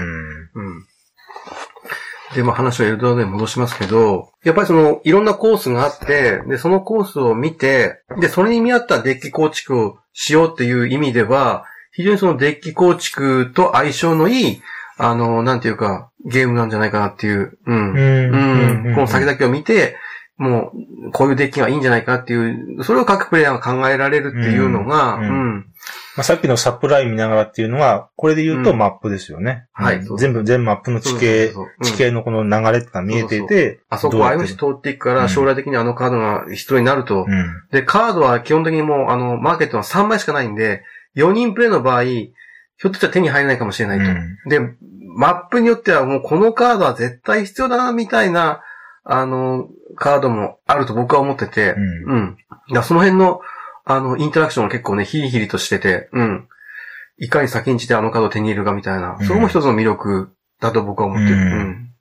で、まあ話をエルドラドに戻しますけど、やっぱりいろんなコースがあって、で、そのコースを見て、で、それに見合ったデッキ構築をしようっていう意味では、非常にそのデッキ構築と相性のいい、なんていうか、ゲームなんじゃないかなっていう、この先々を見て、もう、こういうデッキがいいんじゃないかっていう、それを各プレイヤーが考えられるっていうのが、 まあ、さっきのサプライ見ながらっていうのは、これで言うとマップですよね。 はい。 全部マップの地形のこの流れが見えていて、 あそこを歩み通っていくから、将来的にカードが必要になると。で、カードは基本的にもう、マーケットは3枚しかないんで、4人プレイの場合、ひょっとしたら手に入らないかもしれないと。で、マップによってはもうこのカードは絶対必要だな、みたいな、カードもあると僕は思ってて、その辺の、インタラクションが結構ね、ヒリヒリとしてて、いかに先んじてカードを手に入れるかみたいな、それも一つの魅力だと僕は思ってる。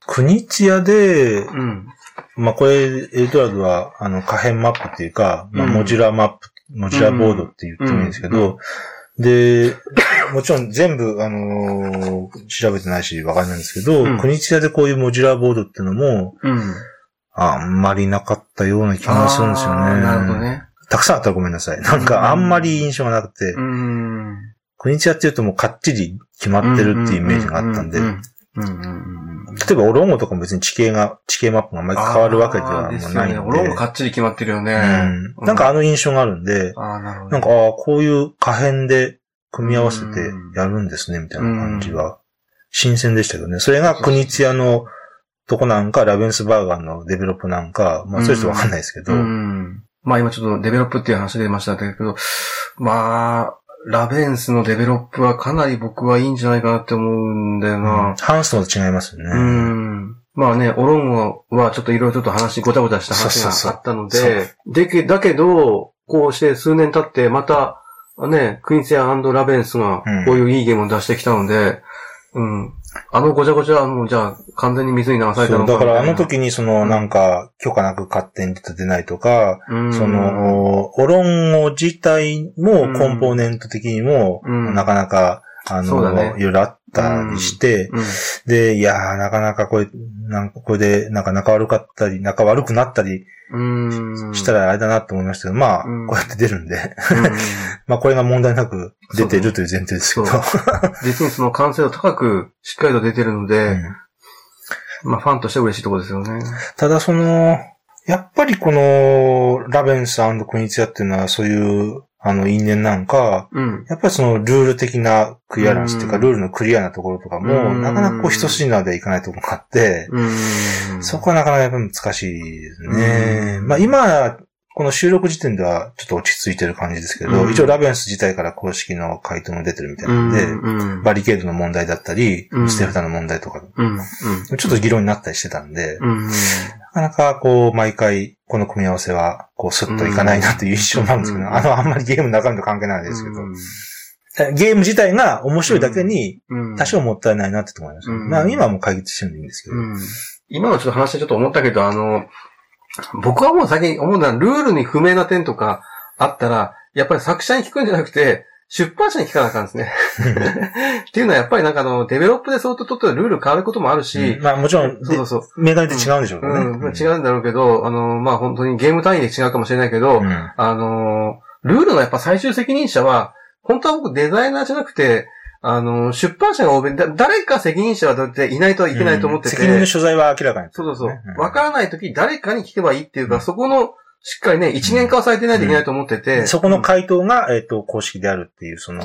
クニチアで、まあこれ、エルドラドは、可変マップっていうか、まあモジュラーマップ、モジュラーボードって言ってもいいんですけど、で、もちろん全部、調べてないしわかんないんですけど、クニチアでこういうモジュラーボードっていうのも、あんまりなかったような気がするんですよね。 なるほどね。 たくさんあったらごめんなさい。なんかあんまり印象がなくて、クニチアって言うともうかっちり決まってるっていうイメージがあったんで、例えばオロンゴとかも別に地形マップがあんまり変わるわけではないので。 オロンゴかっちり決まってるよね。 なんか印象があるんで、なんかこういう可変で組み合わせてやるんですね、みたいな感じは新鮮でしたけどね。それがクニチアのとこなんか、ラベンスバーガーのデベロップなんか、まあそういう人わかんないですけど。 まあ今ちょっとデベロップっていう話出ましたけど、まあ、ラベンスのデベロップはかなり僕はいいんじゃないかなって思うんだよな。 ハンスと違いますよね。 まあね、オロンゴはちょっといろいろちょっとごちゃごちゃした話があったので、だけど、こうして数年経ってまた、ね、クニチア&ラベンスがこういういいゲームを出してきたので、ごちゃごちゃはもうじゃあ完全に水に流されたのか。 だから時になんか許可なく勝手に出ないとか、オロンゴ自体もコンポーネント的にも、なかなか、いろいろあったりして、で、いやー、なかなかこれで、なんか仲悪くなったり、したらあれだなって思いましたけど、まあ、こうやって出るんで、まあこれが問題なく出てるという前提ですけど。 実にその完成度高くしっかりと出てるので、まあファンとしては嬉しいところですよね。 ただやっぱりこのラベンス&クニチアっていうのはそういう因縁なんか、やっぱりルール的なクリアランスっていうか、ルールのクリアなところとかも、なかなか一筋縄ではいかないところがあって、そこはなかなかやっぱり難しいですね。まあ今、この収録時点ではちょっと落ち着いてる感じですけど、一応ラベンス自体から公式の回答も出てるみたいなので、バリケードの問題だったり、ステフタの問題とか、ちょっと議論になったりしてたんで、なかなか毎回この組み合わせはスッといかないなという印象なんですけど、あんまりゲームの中身と関係ないですけど、ゲーム自体が面白いだけに多少もったいないなって思います。まあ今はもう解決してるんでいいんですけど。 今のちょっと話でちょっと思ったけど、僕はもう最近思うのは、ルールに不明な点とかあったら、やっぱり作者に聞くんじゃなくて、出版社に聞かなあかんですね。っていうのはやっぱりなんかデベロップで相当とってルール変わることもあるし、 まあもちろん、メガネで違うんでしょうね。 違うんだろうけど、まあ本当にゲーム単位で違うかもしれないけど、ルールのやっぱ最終責任者は、本当は僕デザイナーじゃなくて、出版社が誰か責任者はだっていないといけないと思ってて。 責任の所在は明らかに。 そう。わからないとき誰かに聞けばいいっていうか、そこの、しっかりね、一元化はされてないといけないと思ってて。 そこの回答が、公式であるっていう、 そう。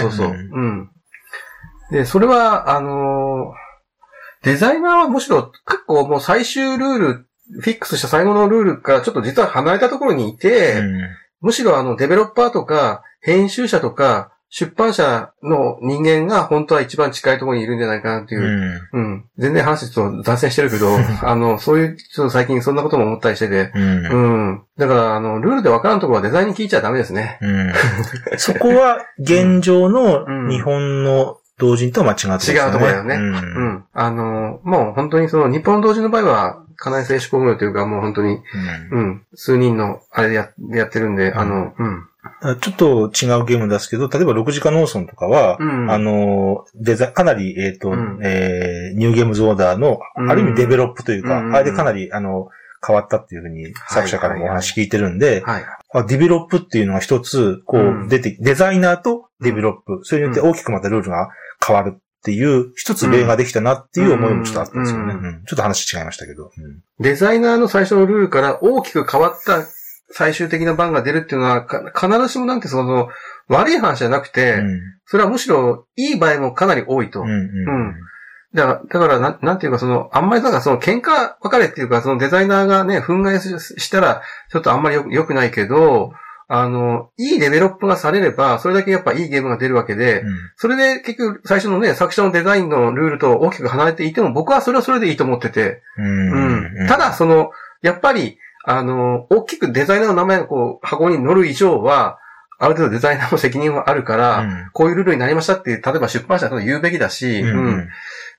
で、それは、デザイナーはむしろ結構もう最終ルール、フィックスした最後のルールからちょっと実は離れたところにいて、むしろデベロッパーとか、編集者とか、出版社の人間が本当は一番近いところにいるんじゃないかなっていう。全然話ちょっと脱線してるけど、そういう、ちょっと最近そんなことも思ったりしてて。だから、ルールでわからんところはデザインに聞いちゃダメですね。 そこは現状の日本の同人とは間違ってますね。 違うところだよね。もう本当に日本の同人の場合は、かなり静止工業というか、もう本当に、数人のあれでやってるんで、 ちょっと違うゲームですけど、例えば6時間農村とかは、かなり、ニューゲームズオーダーの、ある意味デベロップというか、あれでかなり、変わったっていうふうに作者からもお話聞いてるんで、デベロップっていうのが一つ、デザイナーとデベロップ、それによって大きくまたルールが変わるっていう、一つ例ができたなっていう思いもちょっとあったんですよね。ちょっと話違いましたけど。 デザイナーの最初のルールから大きく変わった最終的な版が出るっていうのは、必ずしもなんて悪い話じゃなくて、それはむしろいい場合もかなり多いと。だから、なんていうかあんまり喧嘩別れっていうか、デザイナーがね、憤慨したら、ちょっとあんまり良くないけど、いいデベロップがされれば、それだけやっぱいいゲームが出るわけで、それで結局最初のね、作者のデザインのルールと大きく離れていても、僕はそれはそれでいいと思ってて、ただやっぱり、大きくデザイナーの名前が箱に載る以上は、ある程度デザイナーの責任はあるから、こういうルールになりましたって、例えば出版社と言うべきだし、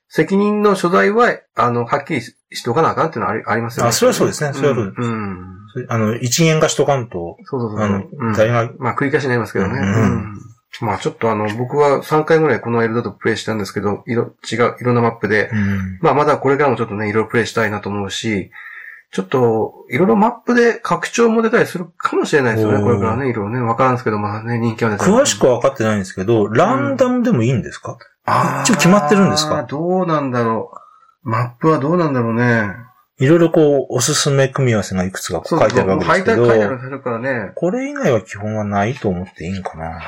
責任の所在は、はっきりしておかなあかんっていうのはありますよね。 それはそうですね。それはそうです。一元化しとかんと。 そう。まあ、繰り返しになりますけどね。まあ、ちょっと僕は3回ぐらいこのエルドラドプレイしたんですけど、いろんなマップで、まあ、まだこれからもちょっとね、いろいろプレイしたいなと思うし、ちょっと、いろいろマップで拡張も出たりするかもしれないですよね、これからね、いろいろね、わからんですけど、まあね、人気は出たり。 詳しくは分かってないんですけど、ランダムでもいいんですか？一応決まってるんですか？ どうなんだろう。マップはどうなんだろうね。 いろいろおすすめ組み合わせがいくつか書いてあるわけですけど。 書いてあるからね。 これ以外は基本はないと思っていいんかな。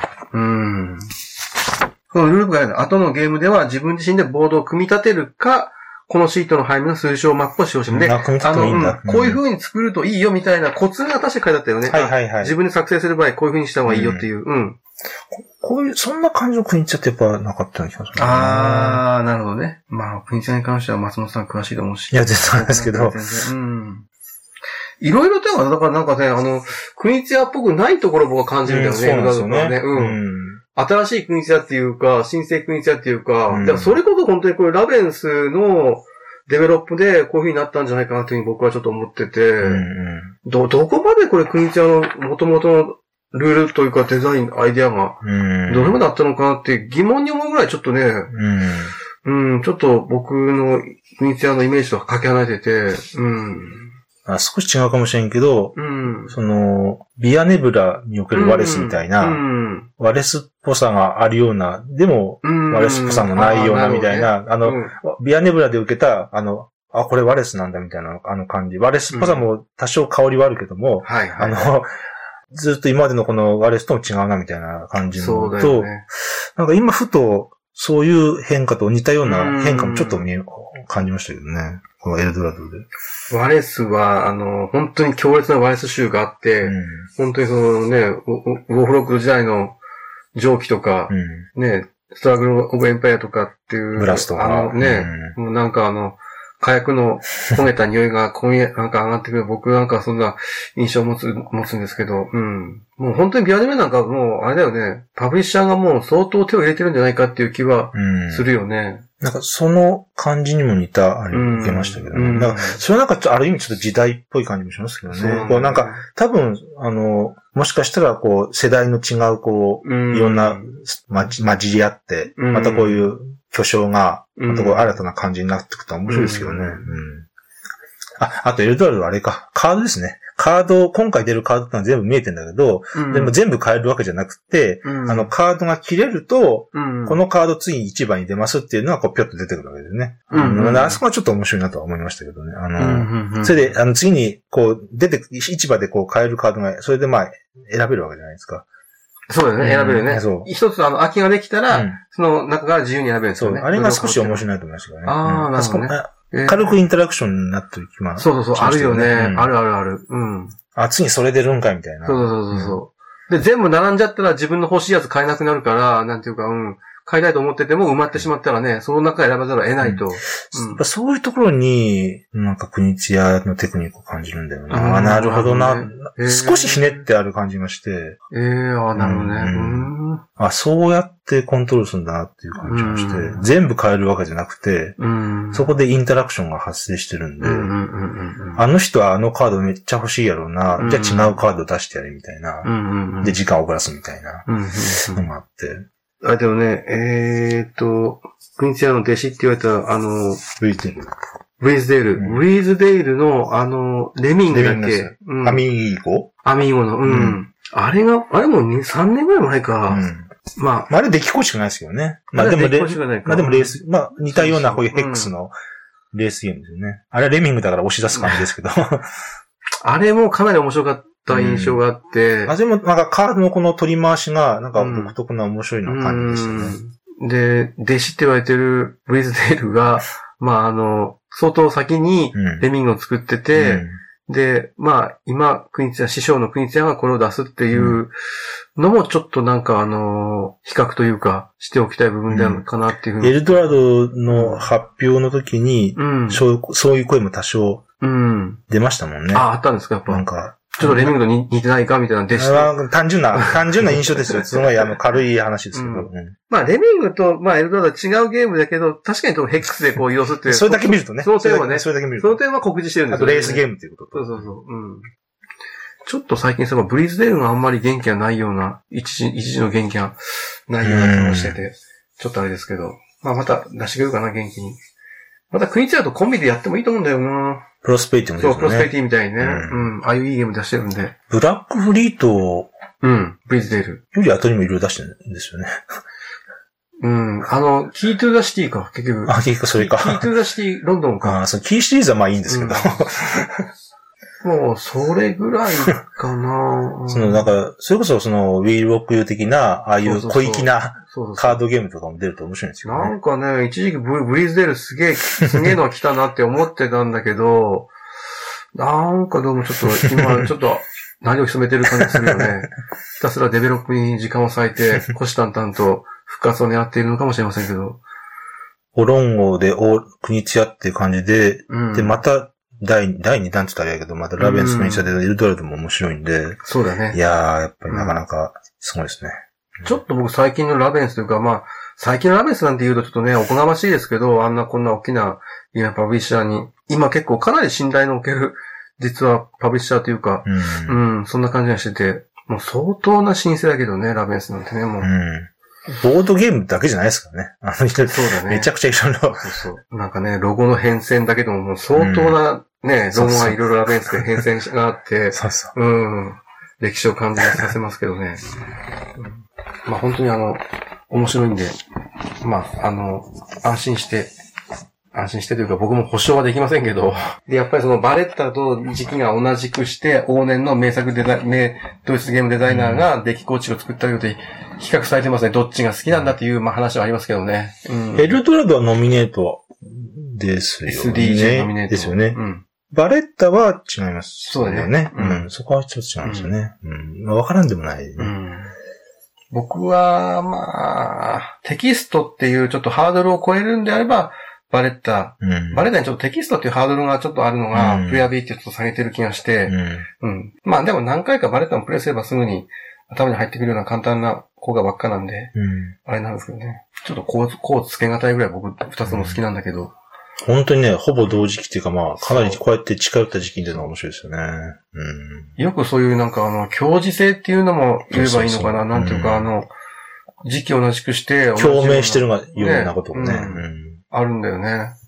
このルールが後のゲームでは自分自身でボードを組み立てるか、このシートの背面の推奨マップを使用してるんで、こういう風に作るといいよみたいなコツが確かに書いてあったよね。自分で作成する場合こういう風にした方がいいよっていう。 こういう、そんな感じの国っちゃってやっぱなかったような気がする。 なるほどね。まあ、国ちゃんに関しては松本さん詳しいと思うし。 いや、全然なんですけど。 いろいろというのは、だからなんかね、国津屋っぽくないところ僕は感じるんだよね。 そうなんですよね。 新しい国津屋っていうか、新生国津屋っていうか、それこそ本当にこれラベンスのデベロップでこういう風になったんじゃないかなというふうに僕はちょっと思ってて、どこまでこれ国津屋の元々のルールというかデザイン、アイデアが、どれまであったのかなって疑問に思うぐらいちょっとね、ちょっと僕の国津屋のイメージとはかけ離れてて、 少し違うかもしれんけど、ビアネブラにおけるワレスみたいな、ワレスっぽさがあるような、でも、ワレスっぽさもないようなみたいな、ビアネブラで受けた、これワレスなんだみたいな、感じ。ワレスっぽさも多少香りはあるけども、ずっと今までのこのワレスとも違うなみたいな感じのと、なんか今ふと、そういう変化と似たような変化もちょっと感じましたけどね。このエルドラドで。 ワレスは、本当に強烈なワレス州があって、本当にそのね、ウォーフロック時代の蒸気とか、ね、ストラグルオブエンパイアとかっていう、 ブラストがもうなんか火薬の焦げた匂いがなんか上がってくる。僕なんかそんな印象を持つんですけど、もう本当にビアネメなんかもう、あれだよね、パブリッシャーがもう相当手を入れてるんじゃないかっていう気はするよね。 なんかその感じにも似た、受けましたけどね。なんかそれはなんかある意味ちょっと時代っぽい感じもしますけどね。こうなんか多分、もしかしたらこう世代の違ういろんな混じり合って、またこういう巨匠が、またこう新たな感じになっていくと面白いですけどね。あとエルドラドはあれか、カードですね。今回出るカードってのは全部見えてんだけど、でも全部変えるわけじゃなくて、カードが切れると、このカード次1番に出ますっていうのはこうぴょっと出てくるわけですね。あそこはちょっと面白いなとは思いましたけどね。それで、次にこう市場でこう変えるカードが、それでまあ選べるわけじゃないですか。 そうだよね、選べるね。一つ空きができたら、その中から自由に選べるんですよね。 あれが少し面白いと思いましたけどね。 なるほどね。 軽くインタラクションになってる気が。 そう、あるよね。ある。 次それ出るんかいみたいな。 そう。で、全部並んじゃったら自分の欲しいやつ買えなくなるから、なんていうか、買いたいと思ってても埋まってしまったらね、その中選ばざるを得ないと。 そういうところに、なんか国津屋のテクニックを感じるんだよな。なるほどな。少しひねってある感じがして。 なるほどね。 そうやってコントロールするんだなっていう感じがして、全部変えるわけじゃなくて、そこでインタラクションが発生してるんで、あの人はあのカードめっちゃ欲しいやろうな、じゃあ違うカード出してやれみたいな。で、時間を遅らすみたいなのがあって。 でもね、国津屋の弟子って言われた、ブリーズデール。ブリーズデールの、レミングだっけ？ アミーゴの、あれも3年ぐらい前か。 あれ出来構築ないですけどね。でもレース、似たようなこういうヘックスのレースゲームですよね。あれはレミングだから押し出す感じですけど。 あれもかなり面白かった印象があって。 でもなんかカードのこの取り回しが、なんか独特な面白いな感じでしたね。 で、弟子って言われてるブリーズデールが、相当先にレミングを作ってて、で、今、師匠の国津屋がこれを出すっていうのもちょっとなんか比較というか、しておきたい部分なのかなっていうふうに。 エルドラドの発表の時に、そういう声も多少出ましたもんね。 あったんですか、やっぱ。 なんか、 ちょっとレミングと似てないかみたいなでした。 単純な印象ですよ。すごい軽い話ですけど。 まあ、レミングと、まあ、エルドラドは違うゲームだけど、確かにヘックスで移動するって。 それだけ見るとね。 その点はね。 それだけ見ると。 その点は告示してるんですよ、 ね。あとレースゲームっていうこと。 そう。ちょっと最近ブリーズデールがあんまり元気がないような、一時の元気がないような気もしてて、ちょっとあれですけど。まあ、また出してくれるかな、元気に。またクイーンツアーとコンビでやってもいいと思うんだよな。 プロスペイティもですね。 そう、プロスペイティみたいにね。ああいういいゲーム出してるんで。 ブラックフリート、 ブリーズデール。 より後にもいろいろ出してるんですよね。 キートゥーザシティか、結局。 結局それか。 キートゥーザシティロンドンか。 そのキーシリーズはまあいいんですけど。 もう、それぐらいかななんか、それこそウィールウォック的な、ああいう小粋なカードゲームとかも出ると面白いんですよね。 なんかね、一時期ブリーズデールすげえのが来たなって思ってたんだけど、なんかどうもちょっと、今、ちょっと、何を潜めてる感じがするよね。ひたすらデベロップに時間を割いて、虎視眈々と復活を狙っているのかもしれませんけど。 オロンゴで国津屋っていう感じで、で、また、第2弾って言ったらあれやけど、またラベンス国津屋でエルドラドも面白いんで。 そうだね。 いやー、やっぱりなかなか、すごいですね。 ちょっと僕最近のラベンスというか、まあ、最近のラベンスなんて言うとちょっとね、おこがましいですけど、あんなこんな大きな、パブリッシャーに、今結構かなり信頼のおける、実はパブリッシャーというか、そんな感じがしてて、もう相当な新星だけどね、ラベンスなんてね、もう。 ボードゲームだけじゃないですからね。 そうだね。 めちゃくちゃいろいろ。 そう。なんかね、ロゴの変遷だけでももう相当な、ね、ロゴがいろいろラベンスで変遷があって、歴史を感じさせますけどね。まあ本当に面白いんで、まあ安心してというか僕も保証はできませんけど、で、やっぱりバレッタと時期が同じくして、往年の名作ドイツゲームデザイナーがデッキ構築を作ったようで、比較されてますね。どっちが好きなんだっていう、まあ話はありますけどね。 エルドラドはノミネートですよね。 SDJ ノミネート。 ですよね。バレッタは違います。 そうだね。 そこはちょっと違うんですよね。わからんでもない、 僕は、まあ、テキストっていうちょっとハードルを超えるんであれば、バレッタにちょっとテキストっていうハードルがちょっとあるのが、プレアビリティをちょっと下げてる気がして、まあでも何回かバレッタもプレイすればすぐに頭に入ってくるような簡単な効果ばっかなんで、あれなんですけどね。ちょっとこうつけがたいぐらい僕二つも好きなんだけど。 本当にね、ほぼ同時期っていうかまあ、かなりこうやって近寄った時期に出るのが面白いですよね。 よくそういうなんか共時性っていうのも言えばいいのかな、なんていうか時期を同じくして、 共鳴してるようなこともね。 あるんだよね。